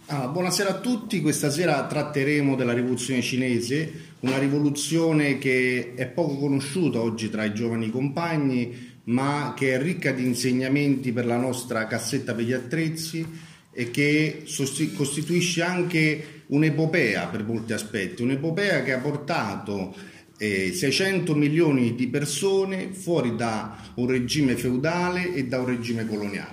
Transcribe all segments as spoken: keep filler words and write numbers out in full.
Ah, buonasera a tutti, questa sera tratteremo della rivoluzione cinese, una rivoluzione che è poco conosciuta oggi tra i giovani compagni, ma che è ricca di insegnamenti per la nostra cassetta per gli attrezzi e che sosti- costituisce anche un'epopea per molti aspetti, un'epopea che ha portato eh, seicento milioni di persone fuori da un regime feudale e da un regime coloniale.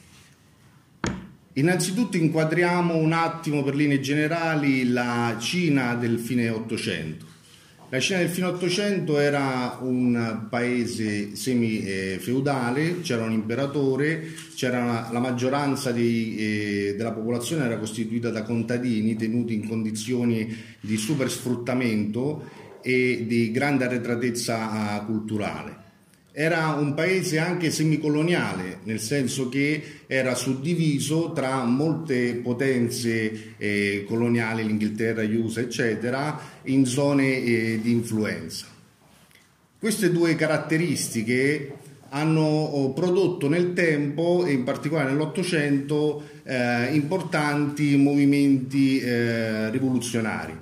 Innanzitutto inquadriamo un attimo per linee generali la Cina del fine Ottocento. La Cina del fine Ottocento era un paese semi-feudale, c'era un imperatore, c'era una, la maggioranza di, eh, della popolazione era costituita da contadini tenuti in condizioni di super sfruttamento e di grande arretratezza culturale. Era un paese anche semicoloniale, nel senso che era suddiviso tra molte potenze eh, coloniali, l'Inghilterra, gli U S A, eccetera, in zone eh, di influenza. Queste due caratteristiche hanno prodotto nel tempo, e in particolare nell'Ottocento, eh, importanti movimenti eh, rivoluzionari.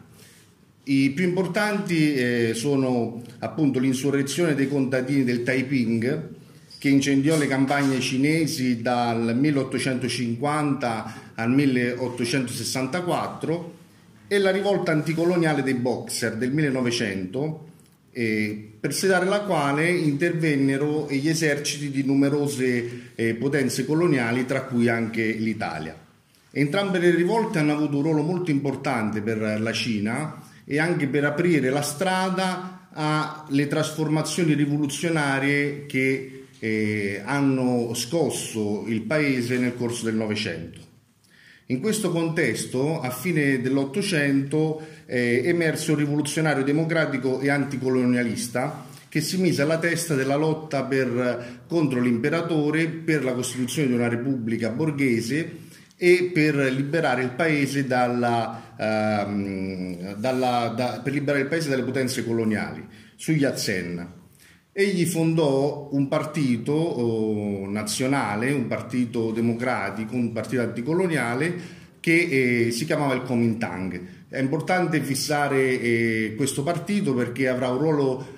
I più importanti eh, sono appunto l'insurrezione dei contadini del Taiping, che incendiò le campagne cinesi dal milleottocentocinquanta al milleottocentosessantaquattro, e la rivolta anticoloniale dei Boxer del millenovecento, eh, per sedare la quale intervennero gli eserciti di numerose eh, potenze coloniali, tra cui anche l'Italia. Entrambe le rivolte hanno avuto un ruolo molto importante per la Cina e anche per aprire la strada alle trasformazioni rivoluzionarie che eh, hanno scosso il paese nel corso del Novecento. In questo contesto, a fine dell'Ottocento, eh, emerse un rivoluzionario democratico e anticolonialista che si mise alla testa della lotta per, contro l'imperatore, per la costituzione di una repubblica borghese e per liberare il paese dalla, ehm, dalla, da, per liberare il paese dalle potenze coloniali, Sun Yat-sen. Egli fondò un partito oh, nazionale, un partito democratico, un partito anticoloniale che eh, si chiamava il Kuomintang. È importante fissare eh, questo partito perché avrà un ruolo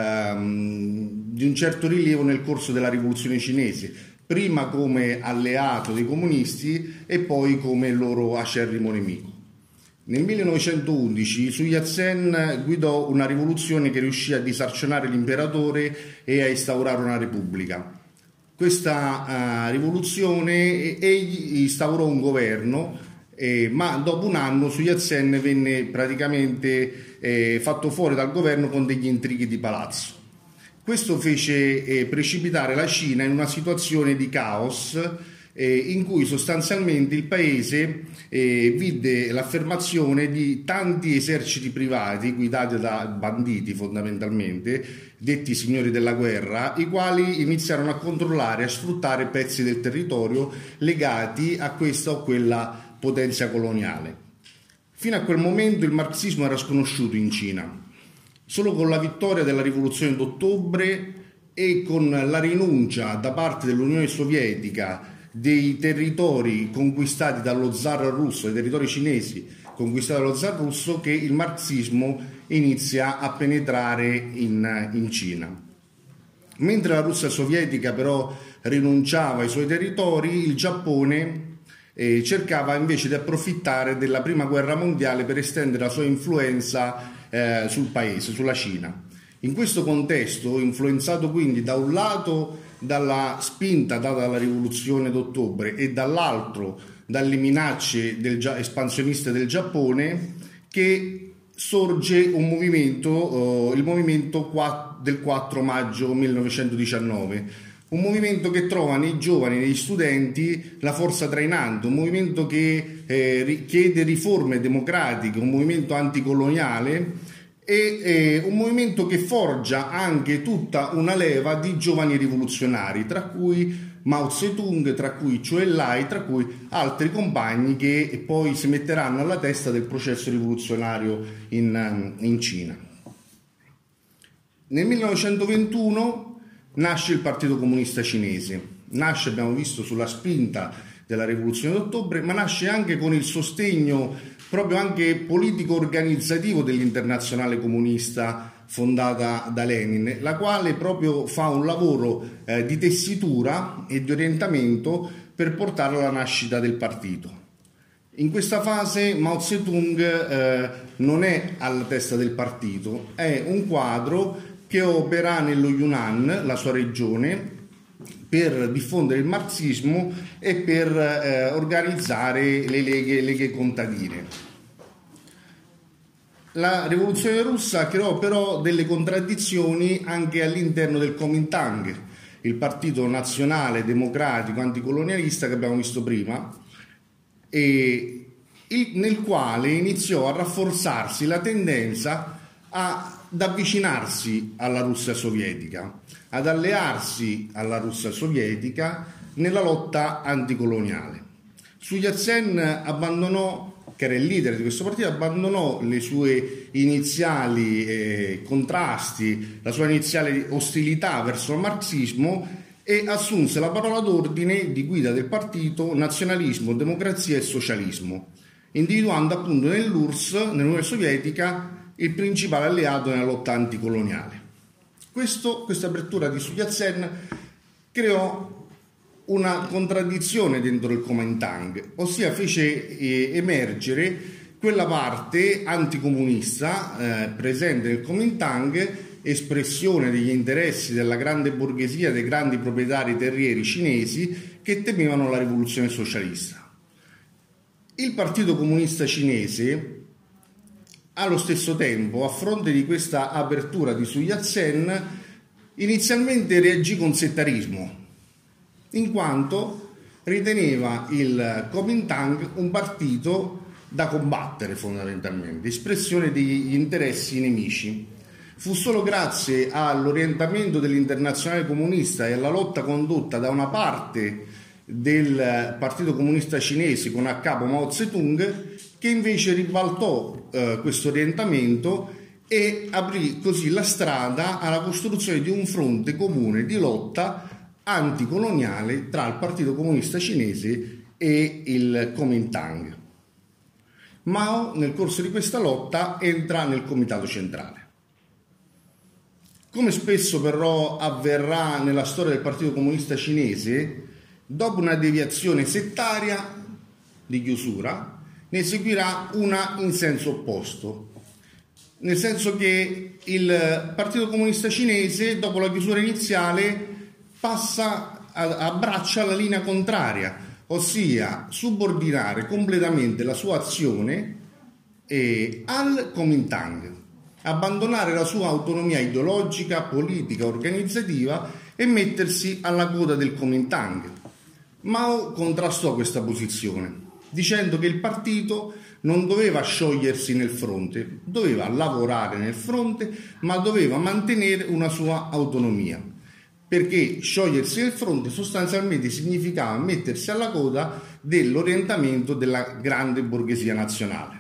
ehm, di un certo rilievo nel corso della rivoluzione cinese, prima come alleato dei comunisti e poi come loro acerrimo nemico. Nel millenovecentoundici Sun Yat-sen guidò una rivoluzione che riuscì a disarcionare l'imperatore e a instaurare una repubblica. Questa uh, rivoluzione, egli instaurò un governo, eh, ma dopo un anno Sun Yat-sen venne praticamente eh, fatto fuori dal governo con degli intrighi di palazzo. Questo fece eh, precipitare la Cina in una situazione di caos eh, in cui sostanzialmente il paese eh, vide l'affermazione di tanti eserciti privati guidati da banditi fondamentalmente, detti signori della guerra, i quali iniziarono a controllare e a sfruttare pezzi del territorio legati a questa o quella potenza coloniale. Fino a quel momento il marxismo era sconosciuto in Cina. Solo con la vittoria della rivoluzione d'ottobre e con la rinuncia da parte dell'Unione Sovietica dei territori conquistati dallo zar russo, dei territori cinesi conquistati dallo zar russo, che il marxismo inizia a penetrare in, in Cina. Mentre la Russia sovietica però rinunciava ai suoi territori, il Giappone eh, cercava invece di approfittare della prima guerra mondiale per estendere la sua influenza Eh, sul paese, sulla Cina. In questo contesto, influenzato quindi da un lato dalla spinta data dalla rivoluzione d'ottobre e dall'altro dalle minacce del, espansioniste del Giappone, che sorge un movimento, eh, il movimento del quattro maggio millenovecentodiciannove, un movimento che trova nei giovani, negli studenti, la forza trainante, un movimento che eh, chiede riforme democratiche, un movimento anticoloniale e eh, un movimento che forgia anche tutta una leva di giovani rivoluzionari, tra cui Mao Zedong, tra cui Zhou Enlai, tra cui altri compagni che poi si metteranno alla testa del processo rivoluzionario in, in Cina. Nel millenovecentoventuno nasce il Partito Comunista Cinese. Nasce, abbiamo visto, sulla spinta della rivoluzione d'ottobre, ma nasce anche con il sostegno proprio anche politico-organizzativo dell'Internazionale Comunista fondata da Lenin, la quale proprio fa un lavoro eh, di tessitura e di orientamento per portare alla nascita del partito. In questa fase Mao Zedong eh, non è alla testa del partito, è un quadro che opera nello Yunnan, la sua regione, per diffondere il marxismo e per eh, organizzare le leghe, leghe contadine. La rivoluzione russa creò però delle contraddizioni anche all'interno del Kuomintang, il partito nazionale democratico anticolonialista che abbiamo visto prima, e il, nel quale iniziò a rafforzarsi la tendenza a, ad avvicinarsi alla Russia sovietica, ad allearsi alla Russia sovietica nella lotta anticoloniale. Sun Yat-sen abbandonò, che era il leader di questo partito, abbandonò le sue iniziali eh, contrasti, la sua iniziale ostilità verso il marxismo e assunse la parola d'ordine di guida del partito nazionalismo, democrazia e socialismo, individuando appunto nell'U R S S, nell'Unione Sovietica, il principale alleato nella lotta anticoloniale. Questo, questa apertura di Sun Yat-sen creò una contraddizione dentro il Kuomintang, ossia fece eh, emergere quella parte anticomunista eh, presente nel Kuomintang, espressione degli interessi della grande borghesia, dei grandi proprietari terrieri cinesi che temevano la rivoluzione socialista. Il Partito Comunista Cinese, allo stesso tempo, a fronte di questa apertura di Sun Yat-sen, inizialmente reagì con settarismo, in quanto riteneva il Kuomintang un partito da combattere fondamentalmente, espressione degli interessi nemici. Fu solo grazie all'orientamento dell'Internazionale Comunista e alla lotta condotta da una parte del Partito Comunista Cinese con a capo Mao Zedong che invece ribaltò eh, questo orientamento e aprì così la strada alla costruzione di un fronte comune di lotta anticoloniale tra il Partito Comunista Cinese e il Kuomintang. Mao nel corso di questa lotta entra nel Comitato Centrale. Come spesso però avverrà nella storia del Partito Comunista Cinese, dopo una deviazione settaria di chiusura, ne seguirà una in senso opposto, nel senso che il Partito Comunista Cinese, dopo la chiusura iniziale, passa a, abbraccia la linea contraria, ossia subordinare completamente la sua azione eh, al Kuomintang, abbandonare la sua autonomia ideologica, politica, organizzativa e mettersi alla coda del Kuomintang. Mao contrastò questa posizione, dicendo che il partito non doveva sciogliersi nel fronte, doveva lavorare nel fronte, ma doveva mantenere una sua autonomia, perché sciogliersi nel fronte sostanzialmente significava mettersi alla coda dell'orientamento della grande borghesia nazionale.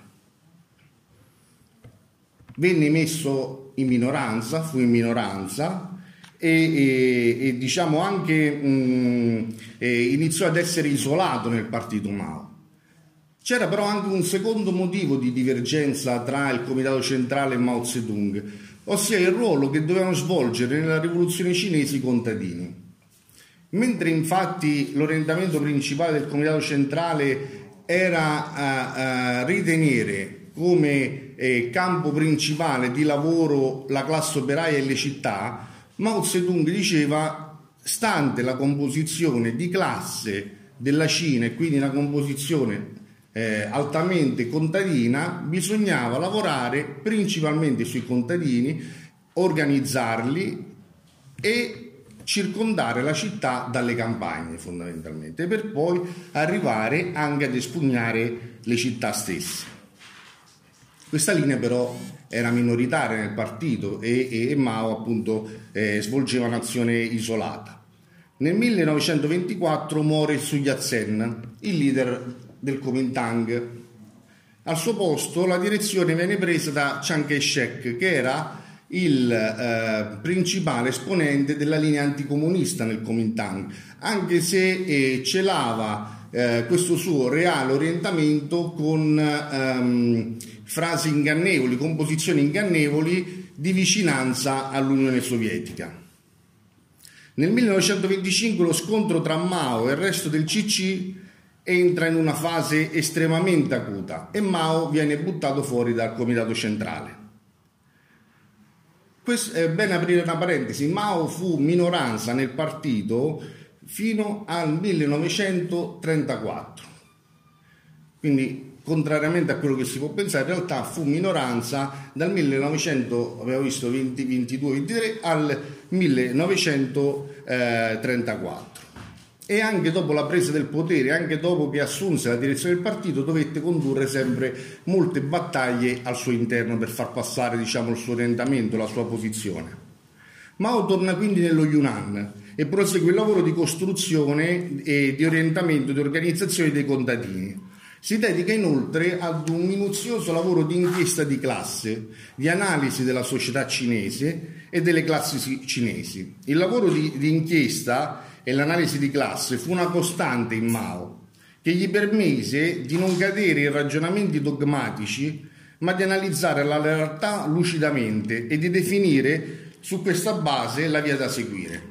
Venne messo in minoranza, fu in minoranza e, e, e diciamo anche mh, e iniziò ad essere isolato nel partito Mao. C'era però anche un secondo motivo di divergenza tra il Comitato Centrale e Mao Zedong, ossia il ruolo che dovevano svolgere nella rivoluzione cinese i contadini. Mentre infatti l'orientamento principale del Comitato Centrale era a, a ritenere come eh, campo principale di lavoro la classe operaia e le città, Mao Zedong diceva, stante la composizione di classe della Cina e quindi una composizione eh, altamente contadina, bisognava lavorare principalmente sui contadini, organizzarli e circondare la città dalle campagne fondamentalmente, per poi arrivare anche ad espugnare le città stesse. Questa linea però era minoritaria nel partito e, e, e Mao appunto eh, svolgeva un'azione isolata. Nel millenovecentoventiquattro muore Sun Yat-sen, il leader del Kuomintang. Al suo posto la direzione venne presa da Chiang Kai-shek, che era il eh, principale esponente della linea anticomunista nel Kuomintang, anche se eh, celava eh, questo suo reale orientamento con ehm, frasi ingannevoli, composizioni ingannevoli di vicinanza all'Unione Sovietica. Nel millenovecentoventicinque lo scontro tra Mao e il resto del C C entra in una fase estremamente acuta e Mao viene buttato fuori dal Comitato Centrale. Questo è bene aprire una parentesi: Mao fu minoranza nel partito fino al millenovecentotrentaquattro, quindi contrariamente a quello che si può pensare, in realtà fu minoranza dal millenovecento, abbiamo visto venti, ventidue, ventitré al millenovecentotrentaquattro. E anche dopo la presa del potere, anche dopo che assunse la direzione del partito, dovette condurre sempre molte battaglie al suo interno per far passare, diciamo, il suo orientamento, la sua posizione. Mao torna quindi nello Yunnan e prosegue il lavoro di costruzione e di orientamento e di organizzazione dei contadini. Si dedica inoltre ad un minuzioso lavoro di inchiesta di classe, di analisi della società cinese e delle classi cinesi. Il lavoro di, di inchiesta e l'analisi di classe fu una costante in Mao, che gli permise di non cadere in ragionamenti dogmatici, ma di analizzare la realtà lucidamente e di definire su questa base la via da seguire.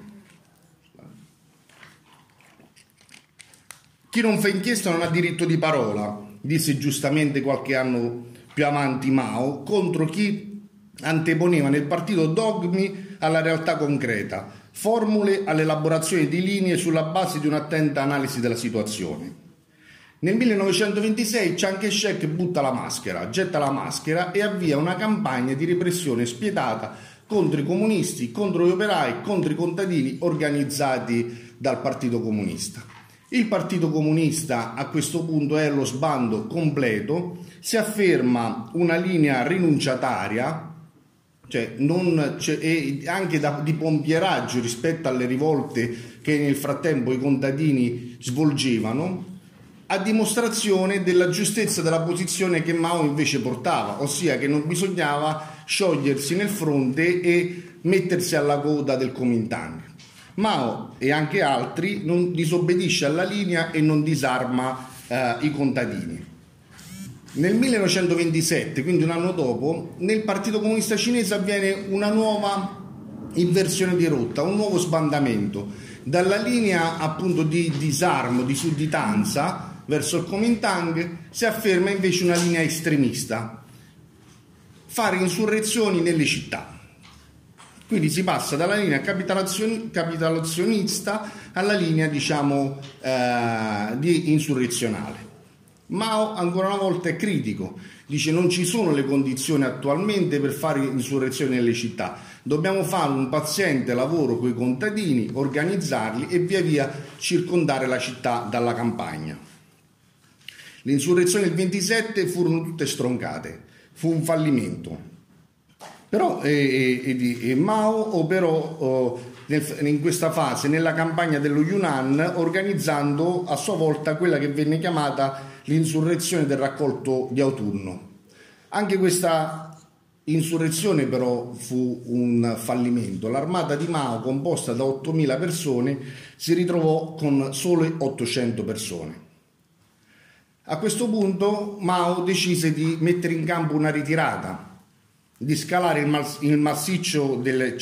Chi non fa inchiesta non ha diritto di parola, disse giustamente qualche anno più avanti Mao, contro chi anteponeva nel partito dogmi alla realtà concreta, formule all'elaborazione di linee sulla base di un'attenta analisi della situazione. Nel millenovecentoventisei Chiang Kai-shek butta la maschera, getta la maschera e avvia una campagna di repressione spietata contro i comunisti, contro gli operai, contro i contadini organizzati dal Partito Comunista. Il Partito Comunista a questo punto è allo sbando completo, si afferma una linea rinunciataria, cioè non, cioè, e anche da, di pompieraggio rispetto alle rivolte che nel frattempo i contadini svolgevano, a dimostrazione della giustezza della posizione che Mao invece portava, ossia che non bisognava sciogliersi nel fronte e mettersi alla coda del Kuomintang. Mao e anche altri non disobbedisce alla linea e non disarma eh, i contadini. Nel millenovecentoventisette, quindi un anno dopo, nel Partito Comunista Cinese avviene una nuova inversione di rotta, un nuovo sbandamento. Dalla linea appunto di disarmo, di sudditanza verso il Kuomintang si afferma invece una linea estremista, fare insurrezioni nelle città. Quindi si passa dalla linea capitolazionista alla linea, diciamo, eh, di insurrezionale. Mao ancora una volta è critico, dice non ci sono le condizioni attualmente per fare insurrezioni nelle città, dobbiamo fare un paziente lavoro con i contadini, organizzarli e via via circondare la città dalla campagna. Le insurrezioni del ventisette furono tutte stroncate, fu un fallimento. Però eh, eh, eh, Mao operò oh, nel, in questa fase nella campagna dello Yunnan, organizzando a sua volta quella che venne chiamata l'insurrezione del raccolto di autunno. Anche questa insurrezione però fu un fallimento. L'armata di Mao, composta da ottomila persone, si ritrovò con solo ottocento persone. A questo punto Mao decise di mettere in campo una ritirata, di scalare il, mas- il massiccio del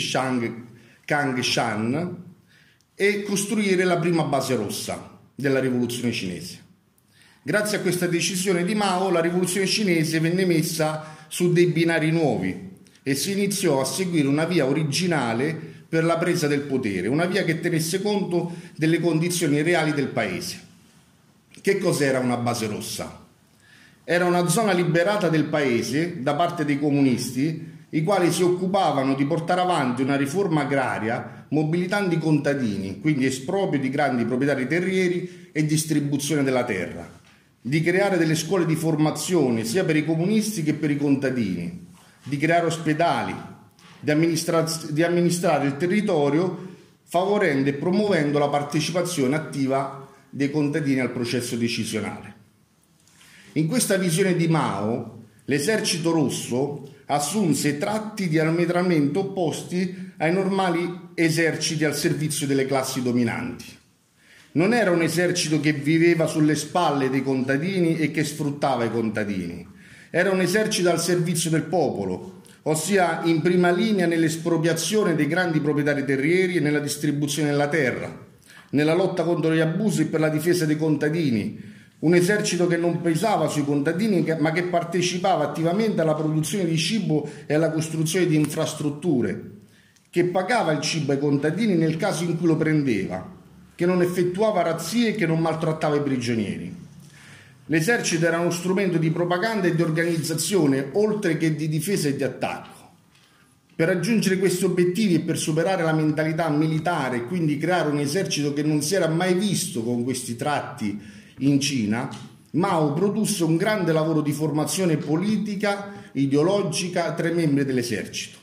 Xinjiang-Kangshan e costruire la prima base rossa della rivoluzione cinese. Grazie a questa decisione di Mao, la rivoluzione cinese venne messa su dei binari nuovi e si iniziò a seguire una via originale per la presa del potere, una via che tenesse conto delle condizioni reali del paese. Che cos'era una base rossa? Era una zona liberata del paese da parte dei comunisti, i quali si occupavano di portare avanti una riforma agraria mobilitando i contadini, quindi esproprio di grandi proprietari terrieri e distribuzione della terra, di creare delle scuole di formazione sia per i comunisti che per i contadini, di creare ospedali, di, amministra- di amministrare il territorio favorendo e promuovendo la partecipazione attiva dei contadini al processo decisionale. In questa visione di Mao, l'esercito rosso assunse tratti diametralmente opposti ai normali eserciti al servizio delle classi dominanti. Non era un esercito che viveva sulle spalle dei contadini e che sfruttava i contadini. Era un esercito al servizio del popolo, ossia in prima linea nell'espropriazione dei grandi proprietari terrieri e nella distribuzione della terra, nella lotta contro gli abusi e per la difesa dei contadini. Un esercito che non pesava sui contadini, ma che partecipava attivamente alla produzione di cibo e alla costruzione di infrastrutture, che pagava il cibo ai contadini nel caso in cui lo prendeva, che non effettuava razzie e che non maltrattava i prigionieri. L'esercito era uno strumento di propaganda e di organizzazione, oltre che di difesa e di attacco. Per raggiungere questi obiettivi e per superare la mentalità militare e quindi creare un esercito che non si era mai visto con questi tratti in Cina, Mao produsse un grande lavoro di formazione politica, ideologica tra i membri dell'esercito.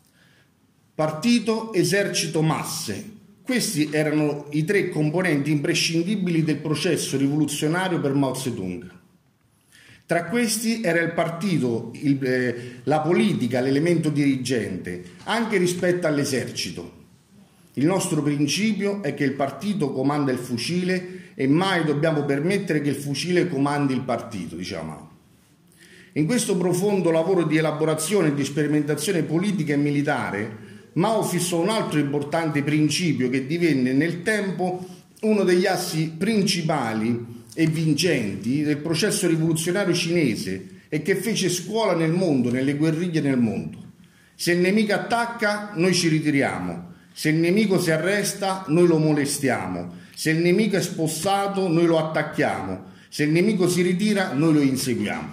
Partito, esercito, masse. Questi erano i tre componenti imprescindibili del processo rivoluzionario per Mao Zedong. Tra questi era il partito, il, eh, la politica, l'elemento dirigente, anche rispetto all'esercito. Il nostro principio è che il partito comanda il fucile e mai dobbiamo permettere che il fucile comandi il partito, diceva Mao. In questo profondo lavoro di elaborazione e di sperimentazione politica e militare, Mao fissò un altro importante principio che divenne nel tempo uno degli assi principali e vincenti del processo rivoluzionario cinese e che fece scuola nel mondo, nelle guerriglie nel mondo. Se il nemico attacca, noi ci ritiriamo. Se il nemico si arresta, noi lo molestiamo. Se il nemico è spossato, noi lo attacchiamo. Se il nemico si ritira, noi lo inseguiamo.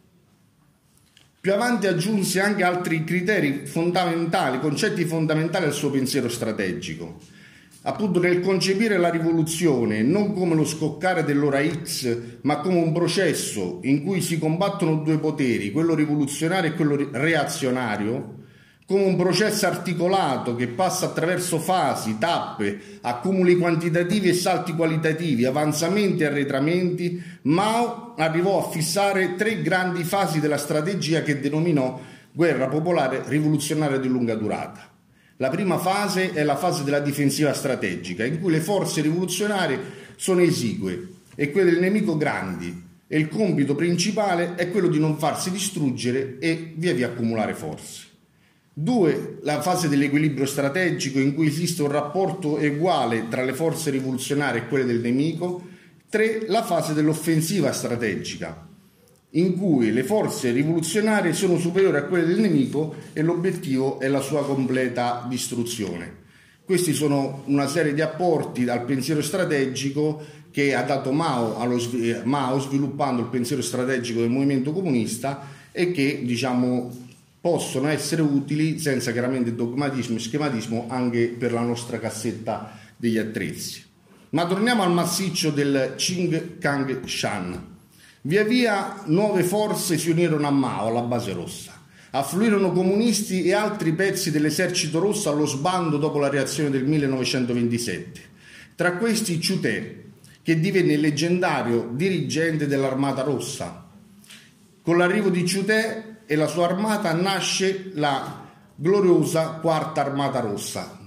Più avanti aggiunse anche altri criteri fondamentali, concetti fondamentali al suo pensiero strategico. Appunto nel concepire la rivoluzione non come lo scoccare dell'ora X, ma come un processo in cui si combattono due poteri, quello rivoluzionario e quello reazionario, come un processo articolato che passa attraverso fasi, tappe, accumuli quantitativi e salti qualitativi, avanzamenti e arretramenti, Mao arrivò a fissare tre grandi fasi della strategia che denominò guerra popolare rivoluzionaria di lunga durata. La prima fase è la fase della difensiva strategica, in cui le forze rivoluzionarie sono esigue e quelle del nemico grandi, e il compito principale è quello di non farsi distruggere e via via accumulare forze. Due, la fase dell'equilibrio strategico in cui esiste un rapporto uguale tra le forze rivoluzionarie e quelle del nemico. Tre, la fase dell'offensiva strategica in cui le forze rivoluzionarie sono superiori a quelle del nemico e l'obiettivo è la sua completa distruzione. Questi sono una serie di apporti al pensiero strategico che ha dato Mao, allo, Mao sviluppando il pensiero strategico del movimento comunista e che, diciamo, possono essere utili senza chiaramente dogmatismo e schematismo anche per la nostra cassetta degli attrezzi. Ma torniamo al massiccio del Qing Kang Shan. Via via nuove forze si unirono a Mao, alla base rossa. Affluirono comunisti e altri pezzi dell'esercito rosso allo sbando dopo la reazione del millenovecentoventisette. Tra questi Chu Te, che divenne il leggendario dirigente dell'Armata Rossa. Con l'arrivo di Chu Te e la sua armata nasce la gloriosa Quarta Armata Rossa.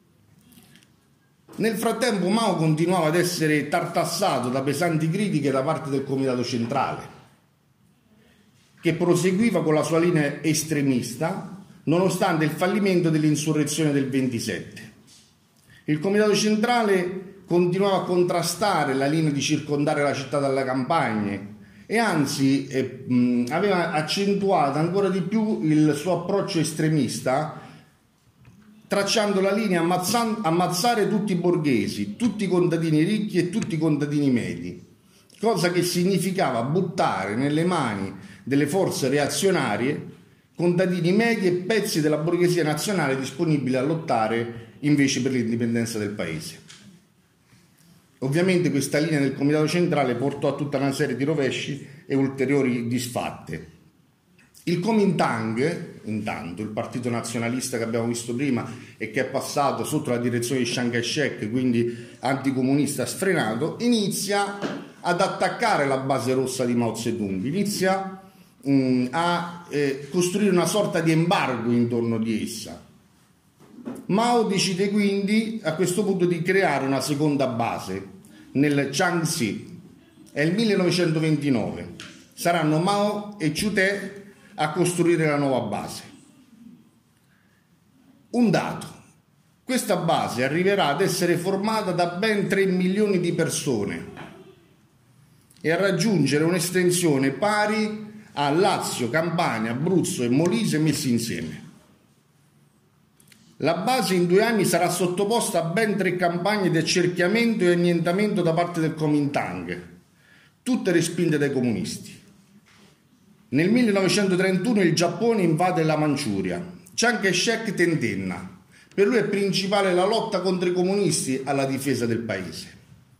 Nel frattempo Mao continuava ad essere tartassato da pesanti critiche da parte del Comitato Centrale, che proseguiva con la sua linea estremista nonostante il fallimento dell'insurrezione del ventisette. Il Comitato Centrale continuava a contrastare la linea di circondare la città dalle campagne e anzi eh, mh, aveva accentuato ancora di più il suo approccio estremista, tracciando la linea ammazzare tutti i borghesi, tutti i contadini ricchi e tutti i contadini medi, cosa che significava buttare nelle mani delle forze reazionarie contadini medi e pezzi della borghesia nazionale disponibili a lottare invece per l'indipendenza del paese. Ovviamente questa linea del Comitato Centrale portò a tutta una serie di rovesci e ulteriori disfatte. Il Kuomintang, intanto, il partito nazionalista che abbiamo visto prima e che è passato sotto la direzione di Chiang Kai-shek, quindi anticomunista sfrenato, inizia ad attaccare la base rossa di Mao Zedong, inizia mh, a eh, costruire una sorta di embargo intorno di essa. Mao decide quindi a questo punto di creare una seconda base, nel Jiangxi. È il millenovecentoventinove. Saranno Mao e Chiu Te a costruire la nuova base. Un dato. Questa base arriverà ad essere formata da ben tre milioni di persone e a raggiungere un'estensione pari a Lazio, Campania, Abruzzo e Molise messi insieme. La base in due anni sarà sottoposta a ben tre campagne di accerchiamento e annientamento da parte del Kuomintang, tutte respinte dai comunisti. Nel millenovecentotrentuno il Giappone invade la Manciuria. Chiang Kai-shek tentenna. Per lui è principale la lotta contro i comunisti alla difesa del paese.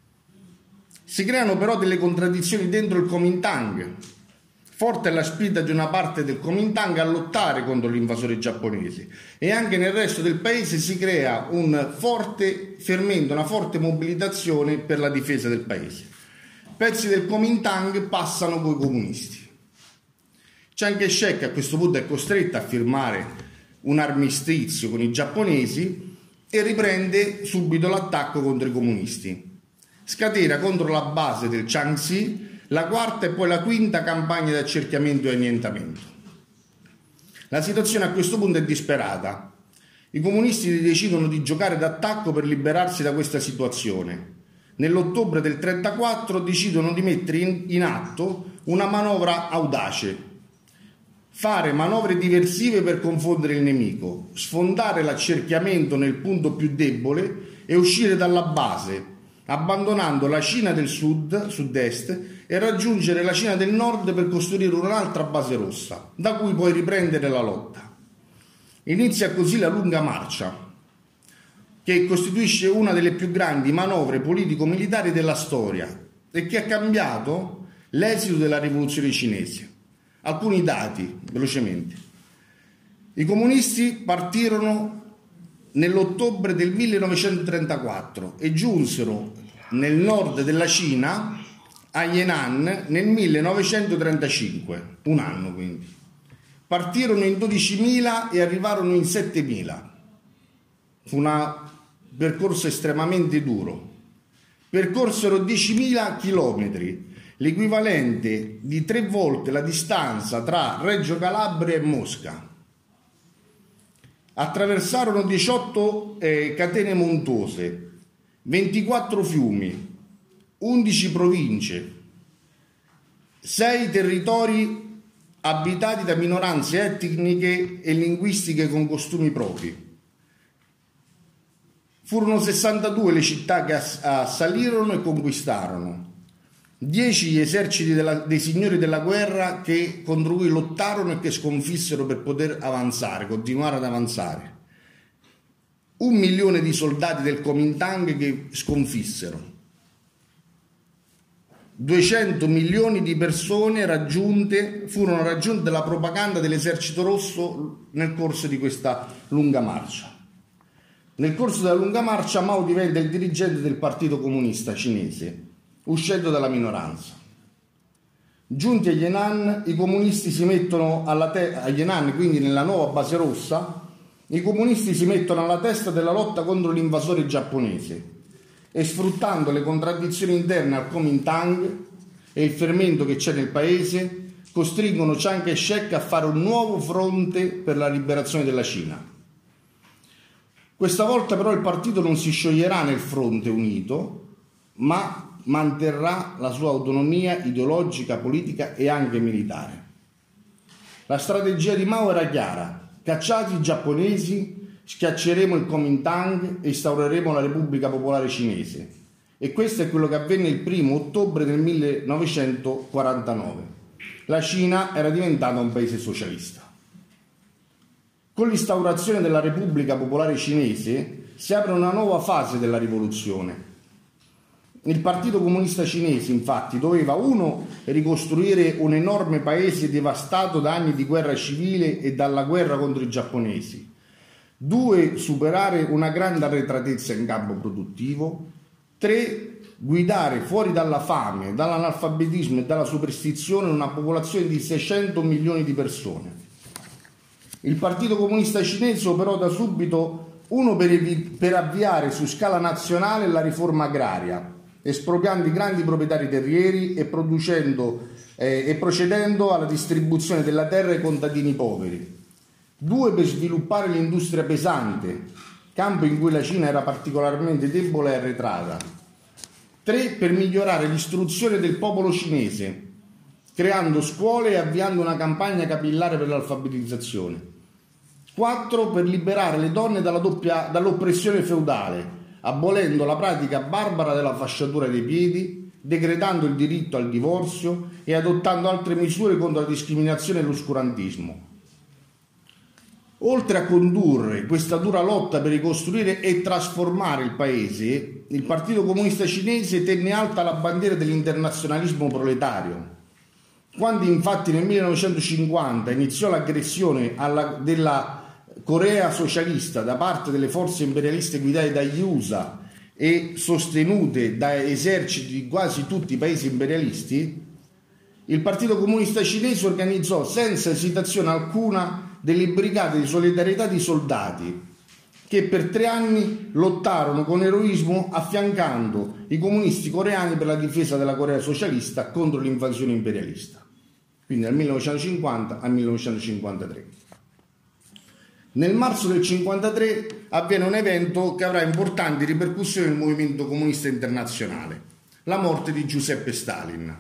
Si creano però delle contraddizioni dentro il Kuomintang. Forte è la spinta di una parte del Kuomintang a lottare contro l'invasore giapponese e anche nel resto del paese si crea un forte fermento, una forte mobilitazione per la difesa del paese. Pezzi del Kuomintang passano coi comunisti. Chiang Kai-shek a questo punto è costretto a firmare un armistizio con i giapponesi e riprende subito l'attacco contro i comunisti. Scatena contro la base del Jiangxi la quarta e poi la quinta campagna di accerchiamento e annientamento. La situazione a questo punto è disperata. I comunisti decidono di giocare d'attacco per liberarsi da questa situazione. Nell'ottobre del trentaquattro decidono di mettere in, in atto una manovra audace. Fare manovre diversive per confondere il nemico, sfondare l'accerchiamento nel punto più debole e uscire dalla base, abbandonando la Cina del sud, sud-est, e raggiungere la Cina del nord per costruire un'altra base rossa, da cui poi riprendere la lotta. Inizia così la lunga marcia, che costituisce una delle più grandi manovre politico-militari della storia e che ha cambiato l'esito della rivoluzione cinese. Alcuni dati, velocemente. I comunisti partirono nell'ottobre del millenovecentotrentaquattro e giunsero nel nord della Cina, a Henan, nel millenovecentotrentacinque, un anno quindi. Partirono in dodicimila e arrivarono in settemila. Fu un percorso estremamente duro. Percorsero diecimila chilometri, l'equivalente di tre volte la distanza tra Reggio Calabria e Mosca. Attraversarono diciotto eh, catene montuose, ventiquattro fiumi, undici province, sei territori abitati da minoranze etniche e linguistiche con costumi propri. Furono sessantadue le città che assalirono e conquistarono. Dieci gli eserciti della, dei signori della guerra che, contro cui lottarono e che sconfissero per poter avanzare, continuare ad avanzare. Un milione di soldati del Kuomintang che sconfissero. duecento milioni di persone raggiunte, furono raggiunte dalla propaganda dell'esercito rosso nel corso di questa lunga marcia. Nel corso della lunga marcia Mao diventa il dirigente del Partito Comunista Cinese, uscendo dalla minoranza. Giunti a Henan, i comunisti si mettono alla te- a Henan, quindi nella nuova base rossa, i comunisti si mettono alla testa della lotta contro l'invasore giapponese e, sfruttando le contraddizioni interne al Kuomintang e il fermento che c'è nel paese, costringono Chiang Kai-shek a fare un nuovo fronte per la liberazione della Cina. Questa volta però il partito non si scioglierà nel fronte unito, ma manterrà la sua autonomia ideologica, politica e anche militare. La strategia di Mao era chiara: cacciati i giapponesi, schiacceremo il Kuomintang e instaureremo la Repubblica Popolare Cinese. E questo è quello che avvenne il primo ottobre del millenovecentoquarantanove. La Cina era diventata un paese socialista. Con l'instaurazione della Repubblica Popolare Cinese si apre una nuova fase della rivoluzione. Il Partito Comunista Cinese, infatti, doveva uno ricostruire un enorme paese devastato da anni di guerra civile e dalla guerra contro i giapponesi, due superare una grande arretratezza in campo produttivo, tre guidare fuori dalla fame, dall'analfabetismo e dalla superstizione una popolazione di seicento milioni di persone. Il Partito Comunista Cinese operò da subito uno per, per avviare su scala nazionale la riforma agraria espropriando i grandi proprietari terrieri e, producendo, eh, e procedendo alla distribuzione della terra ai contadini poveri. Due, per sviluppare l'industria pesante, campo in cui la Cina era particolarmente debole e arretrata. Tre, per migliorare l'istruzione del popolo cinese, creando scuole e avviando una campagna capillare per l'alfabetizzazione. Quattro, per liberare le donne dalla doppia, dall'oppressione feudale, abolendo la pratica barbara della fasciatura dei piedi, decretando il diritto al divorzio e adottando altre misure contro la discriminazione e l'oscurantismo. Oltre a condurre questa dura lotta per ricostruire e trasformare il paese, il Partito Comunista Cinese tenne alta la bandiera dell'internazionalismo proletario. Quando infatti nel millenovecentocinquanta iniziò l'aggressione alla, della Corea socialista da parte delle forze imperialiste guidate dagli U S A e sostenute da eserciti di quasi tutti i paesi imperialisti, il Partito Comunista Cinese organizzò senza esitazione alcuna delle brigate di solidarietà di soldati che per tre anni lottarono con eroismo affiancando i comunisti coreani per la difesa della Corea socialista contro l'invasione imperialista, quindi dal millenovecentocinquanta al millenovecentocinquantatré. Nel marzo del cinquantatré avviene un evento che avrà importanti ripercussioni nel movimento comunista internazionale, la morte di Giuseppe Stalin,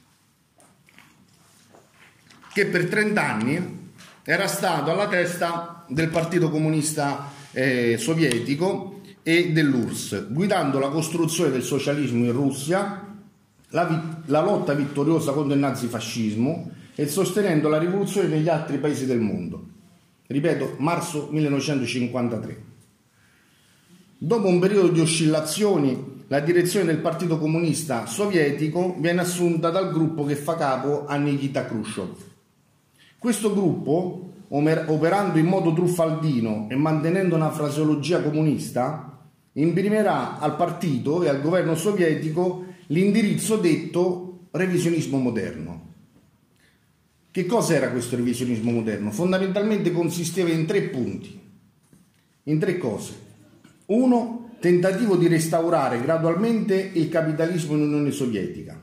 che per trent'anni era stato alla testa del Partito Comunista eh, Sovietico e dell'U R S S, guidando la costruzione del socialismo in Russia, la, la lotta vittoriosa contro il nazifascismo e sostenendo la rivoluzione negli altri paesi del mondo. Ripeto, marzo millenovecentocinquantatré. Dopo un periodo di oscillazioni, la direzione del Partito Comunista Sovietico viene assunta dal gruppo che fa capo a Nikita Khrushchev. Questo gruppo, operando in modo truffaldino e mantenendo una fraseologia comunista, imprimerà al partito e al governo sovietico l'indirizzo detto revisionismo moderno. Che cosa era questo revisionismo moderno? Fondamentalmente consisteva in tre punti, in tre cose. Uno, tentativo di restaurare gradualmente il capitalismo in Unione Sovietica.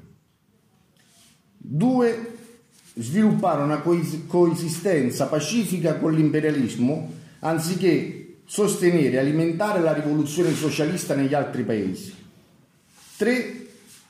Due, sviluppare una coesistenza pacifica con l'imperialismo anziché sostenere e alimentare la rivoluzione socialista negli altri paesi. Tre,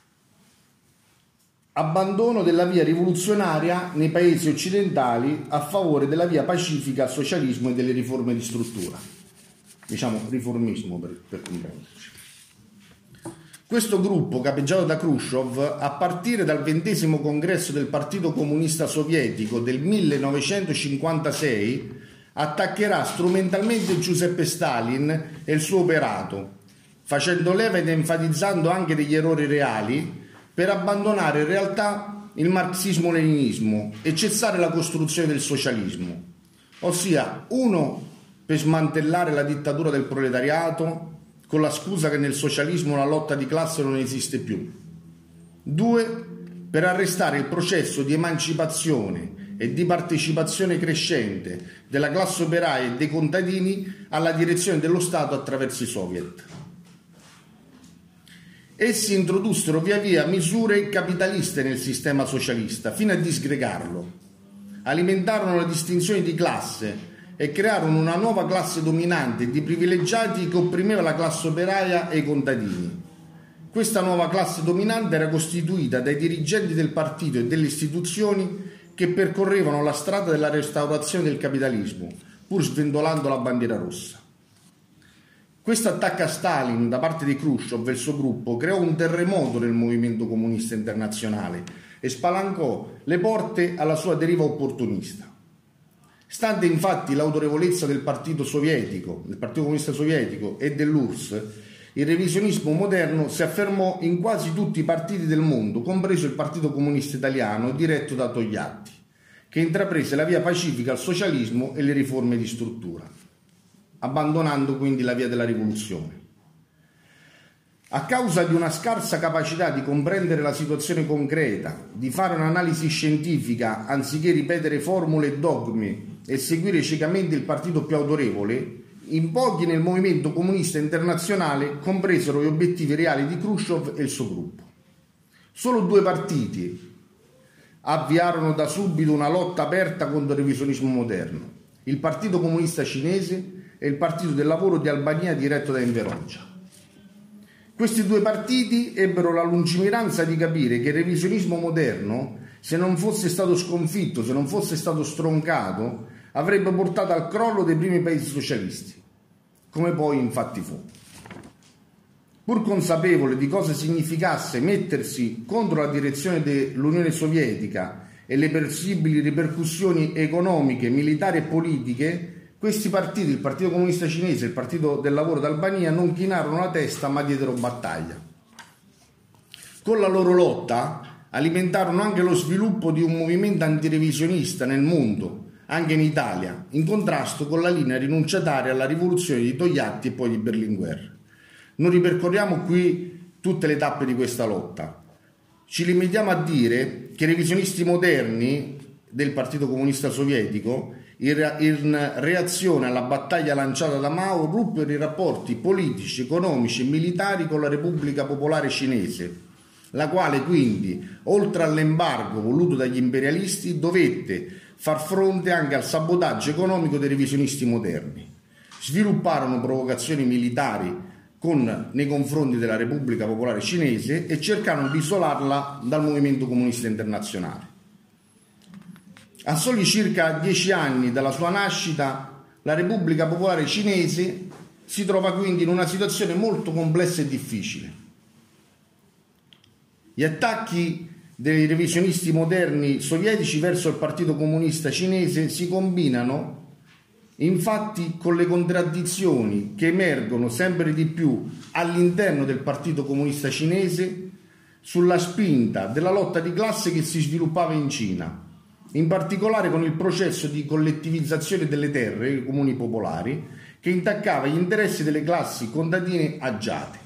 abbandono della via rivoluzionaria nei paesi occidentali a favore della via pacifica al socialismo e delle riforme di struttura, diciamo riformismo per, per comprenderci. Questo gruppo, capeggiato da Khrushchev, a partire dal ventesimo congresso del Partito Comunista Sovietico del millenovecentocinquantasei, attaccherà strumentalmente Giuseppe Stalin e il suo operato, facendo leva ed enfatizzando anche degli errori reali, per abbandonare in realtà il marxismo-leninismo e cessare la costruzione del socialismo, ossia uno, per smantellare la dittatura del proletariato con la scusa che nel socialismo la lotta di classe non esiste più, due, per arrestare il processo di emancipazione e di partecipazione crescente della classe operaia e dei contadini alla direzione dello Stato attraverso i soviet. Essi introdussero via via misure capitaliste nel sistema socialista fino a disgregarlo, alimentarono la distinzione di classe e crearono una nuova classe dominante di privilegiati che opprimeva la classe operaia e i contadini. Questa nuova classe dominante era costituita dai dirigenti del partito e delle istituzioni che percorrevano la strada della restaurazione del capitalismo, pur sventolando la bandiera rossa. Questo attacco a Stalin da parte di Khrushchev e il suo gruppo creò un terremoto nel movimento comunista internazionale e spalancò le porte alla sua deriva opportunista. Stante infatti l'autorevolezza del Partito Sovietico, del Partito Comunista Sovietico e dell'U R S S, il revisionismo moderno si affermò in quasi tutti i partiti del mondo, compreso il Partito Comunista Italiano diretto da Togliatti, che intraprese la via pacifica al socialismo e le riforme di struttura, abbandonando quindi la via della rivoluzione. A causa di una scarsa capacità di comprendere la situazione concreta, di fare un'analisi scientifica anziché ripetere formule e dogmi e seguire ciecamente il partito più autorevole, In pochi nel movimento comunista internazionale compresero gli obiettivi reali di Khrushchev e il suo gruppo. Solo due partiti avviarono da subito una lotta aperta contro il revisionismo moderno: il Partito Comunista Cinese e il Partito del Lavoro di Albania diretto da Enver Hoxha. Questi due partiti ebbero la lungimiranza di capire che il revisionismo moderno, se non fosse stato sconfitto, se non fosse stato stroncato, avrebbe portato al crollo dei primi paesi socialisti, come poi infatti fu. Pur consapevole di cosa significasse mettersi contro la direzione dell'Unione Sovietica e le possibili ripercussioni economiche, militari e politiche, questi partiti, il Partito Comunista Cinese e il Partito del Lavoro d'Albania, non chinarono la testa ma diedero battaglia. Con la loro lotta alimentarono anche lo sviluppo di un movimento antirevisionista nel mondo, anche in Italia, in contrasto con la linea rinunciataria alla rivoluzione di Togliatti e poi di Berlinguer. Non ripercorriamo qui tutte le tappe di questa lotta. Ci limitiamo a dire che i revisionisti moderni del Partito Comunista Sovietico, in reazione alla battaglia lanciata da Mao, ruppero i rapporti politici, economici e militari con la Repubblica Popolare Cinese, la quale quindi, oltre all'embargo voluto dagli imperialisti, dovette far fronte anche al sabotaggio economico dei revisionisti moderni. Svilupparono provocazioni militari con, nei confronti della Repubblica Popolare Cinese e cercarono di isolarla dal movimento comunista internazionale. A soli circa dieci anni dalla sua nascita, la Repubblica Popolare Cinese si trova quindi in una situazione molto complessa e difficile. Gli attacchi dei revisionisti moderni sovietici verso il Partito Comunista Cinese si combinano infatti con le contraddizioni che emergono sempre di più all'interno del Partito Comunista Cinese sulla spinta della lotta di classe che si sviluppava in Cina, in particolare con il processo di collettivizzazione delle terre, i comuni popolari, che intaccava gli interessi delle classi contadine agiate.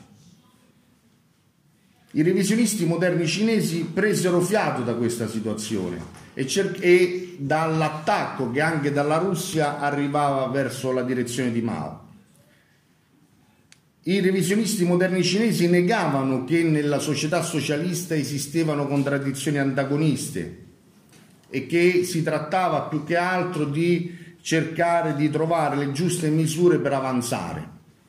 I revisionisti moderni cinesi presero fiato da questa situazione e, cer- e dall'attacco che anche dalla Russia arrivava verso la direzione di Mao. I revisionisti moderni cinesi negavano che nella società socialista esistevano contraddizioni antagoniste e che si trattava più che altro di cercare di trovare le giuste misure per avanzare.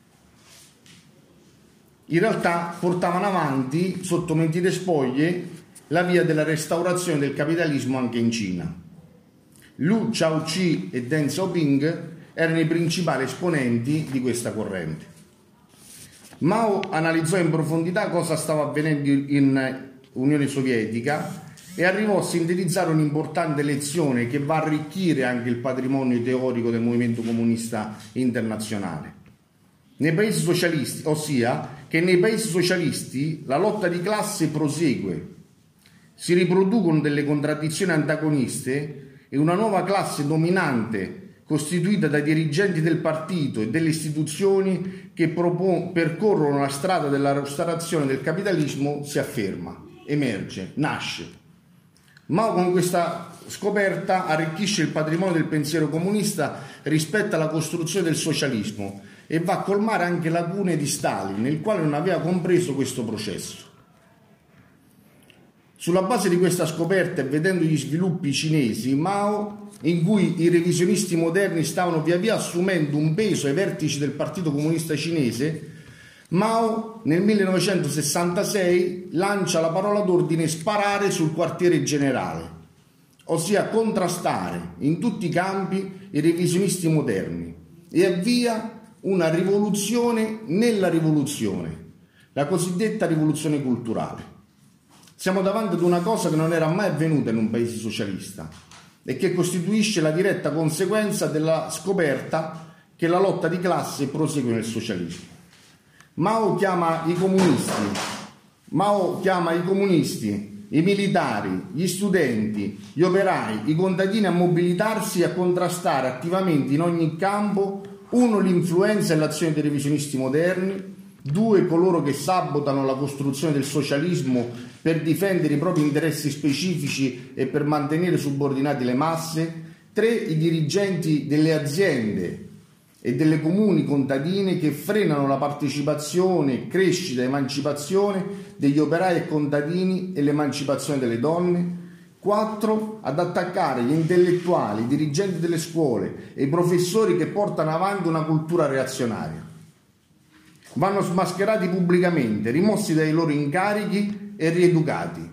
In realtà portavano avanti, sotto mentite spoglie, la via della restaurazione del capitalismo anche in Cina. Liu Shaoqi e Deng Xiaoping erano i principali esponenti di questa corrente. Mao analizzò in profondità cosa stava avvenendo in Unione Sovietica e arrivò a sintetizzare un'importante lezione che va a arricchire anche il patrimonio teorico del movimento comunista internazionale. Nei paesi socialisti, ossia che nei paesi socialisti la lotta di classe prosegue, si riproducono delle contraddizioni antagoniste e una nuova classe dominante costituita da dirigenti del partito e delle istituzioni che propon- percorrono la strada della restaurazione del capitalismo si afferma, emerge, nasce. Mao con questa scoperta arricchisce il patrimonio del pensiero comunista rispetto alla costruzione del socialismo e va a colmare anche lacune di Stalin, il quale non aveva compreso questo processo. Sulla base di questa scoperta e vedendo gli sviluppi cinesi, Mao, in cui i revisionisti moderni stavano via via assumendo un peso ai vertici del Partito Comunista Cinese, Mao nel millenovecentosessantasei lancia la parola d'ordine sparare sul quartiere generale, ossia contrastare in tutti i campi i revisionisti moderni e avvia una rivoluzione nella rivoluzione, la cosiddetta rivoluzione culturale. Siamo davanti ad una cosa che non era mai avvenuta in un paese socialista e che costituisce la diretta conseguenza della scoperta che la lotta di classe prosegue nel socialismo. Mao chiama i comunisti, Mao chiama i comunisti, i militari, gli studenti, gli operai, i contadini a mobilitarsi e a contrastare attivamente in ogni campo: uno, l'influenza e l'azione dei revisionisti moderni; due, coloro che sabotano la costruzione del socialismo per difendere i propri interessi specifici e per mantenere subordinati le masse; tre, i dirigenti delle aziende e delle comuni contadine che frenano la partecipazione, crescita e emancipazione degli operai e contadini e l'emancipazione delle donne. quattro. Ad attaccare gli intellettuali, i dirigenti delle scuole e i professori che portano avanti una cultura reazionaria. Vanno smascherati pubblicamente, rimossi dai loro incarichi e rieducati.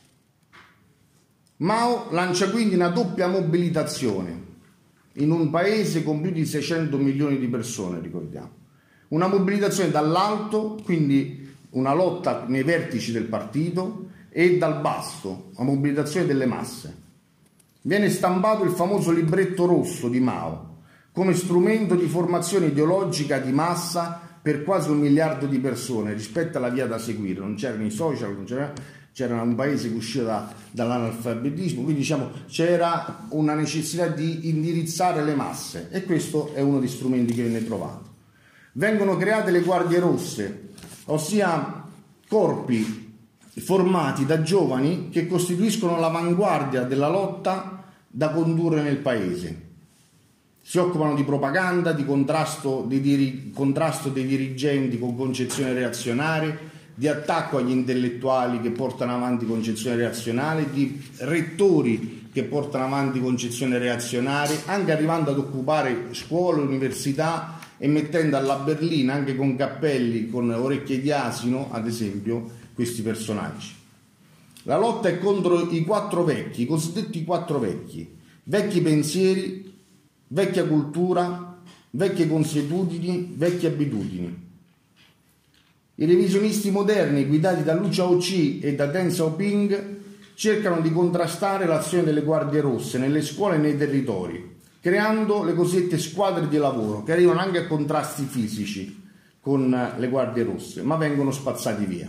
Mao lancia quindi una doppia mobilitazione in un paese con più di seicento milioni di persone, ricordiamo. Una mobilitazione dall'alto, quindi una lotta nei vertici del partito, e dal basso, la mobilitazione delle masse. Viene stampato il famoso libretto rosso di Mao come strumento di formazione ideologica di massa per quasi un miliardo di persone rispetto alla via da seguire. Non c'erano i social, non c'era, c'era un paese che usciva da, dall'analfabetismo, quindi diciamo c'era una necessità di indirizzare le masse, e questo è uno degli strumenti che viene trovato. Vengono create le guardie rosse, ossia corpi formati da giovani che costituiscono l'avanguardia della lotta da condurre nel paese. Si occupano di propaganda, di contrasto dei, diri- contrasto dei dirigenti con concezioni reazionarie, di attacco agli intellettuali che portano avanti concezioni reazionarie, di rettori che portano avanti concezioni reazionarie, anche arrivando ad occupare scuole, università e mettendo alla berlina, anche con cappelli, con orecchie di asino, ad esempio, questi personaggi. La lotta è contro i quattro vecchi, i cosiddetti quattro vecchi, vecchi pensieri, vecchia cultura, vecchie consuetudini, vecchie abitudini. I revisionisti moderni, guidati da Liu Shaoqi e da Deng Xiaoping, cercano di contrastare l'azione delle guardie rosse nelle scuole e nei territori, creando le cosiddette squadre di lavoro, che arrivano anche a contrasti fisici con le guardie rosse, ma vengono spazzati via.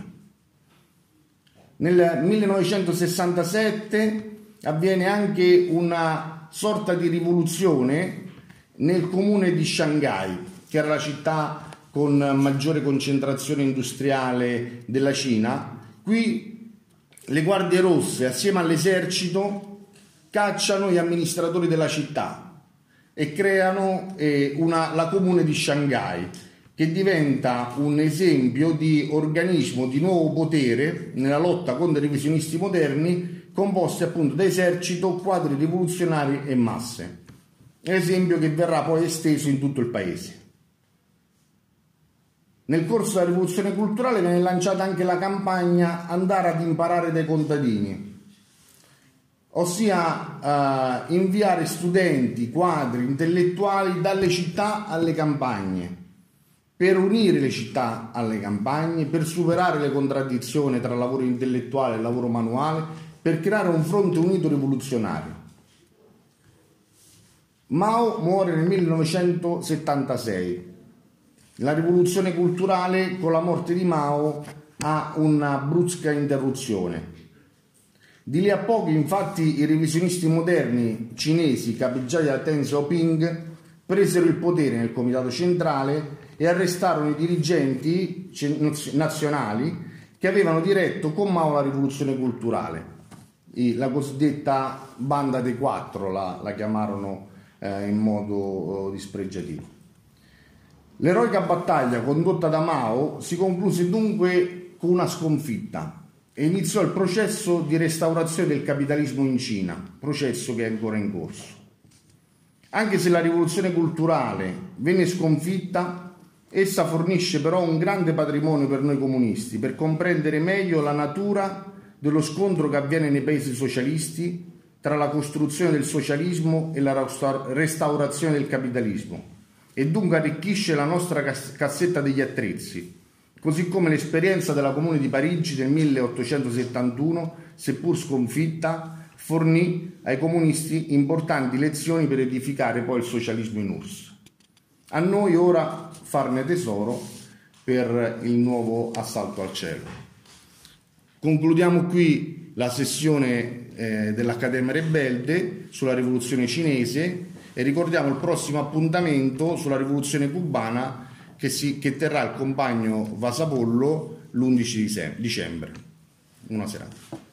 Nel millenovecentosessantasette avviene anche una sorta di rivoluzione nel comune di Shanghai, che era la città con maggiore concentrazione industriale della Cina. Qui le guardie rosse, assieme all'esercito, cacciano gli amministratori della città e creano eh, una, la comune di Shanghai, che diventa un esempio di organismo di nuovo potere nella lotta contro i revisionisti moderni, composti appunto da esercito, quadri rivoluzionari e masse. Esempio che verrà poi esteso in tutto il paese. Nel corso della rivoluzione culturale viene lanciata anche la campagna Andare ad imparare dai contadini, ossia eh, inviare studenti, quadri, intellettuali dalle città alle campagne, per unire le città alle campagne, per superare le contraddizioni tra lavoro intellettuale e lavoro manuale, per creare un fronte unito rivoluzionario. Mao muore nel millenovecentosettantasei. La rivoluzione culturale, con la morte di Mao, ha una brusca interruzione. Di lì a poco, infatti, i revisionisti moderni cinesi, capeggiati da Deng Xiaoping, presero il potere nel comitato centrale e arrestarono i dirigenti nazionali che avevano diretto con Mao la rivoluzione culturale, la cosiddetta banda dei quattro, la, la chiamarono eh, in modo eh, dispregiativo. L'eroica battaglia condotta da Mao si concluse dunque con una sconfitta e iniziò il processo di restaurazione del capitalismo in Cina, processo che è ancora in corso. Anche se la rivoluzione culturale venne sconfitta, essa fornisce però un grande patrimonio per noi comunisti, per comprendere meglio la natura dello scontro che avviene nei paesi socialisti tra la costruzione del socialismo e la restaurazione del capitalismo, e dunque arricchisce la nostra cassetta degli attrezzi, così come l'esperienza della Comune di Parigi del milleottocentosettantuno, seppur sconfitta, fornì ai comunisti importanti lezioni per edificare poi il socialismo in U R S S. A noi ora farne tesoro per il nuovo assalto al cielo. Concludiamo qui la sessione eh, dell'Accademia Rebelde sulla rivoluzione cinese e ricordiamo il prossimo appuntamento sulla rivoluzione cubana che, si, che terrà il compagno Vasapollo l'undici dicembre. Una serata.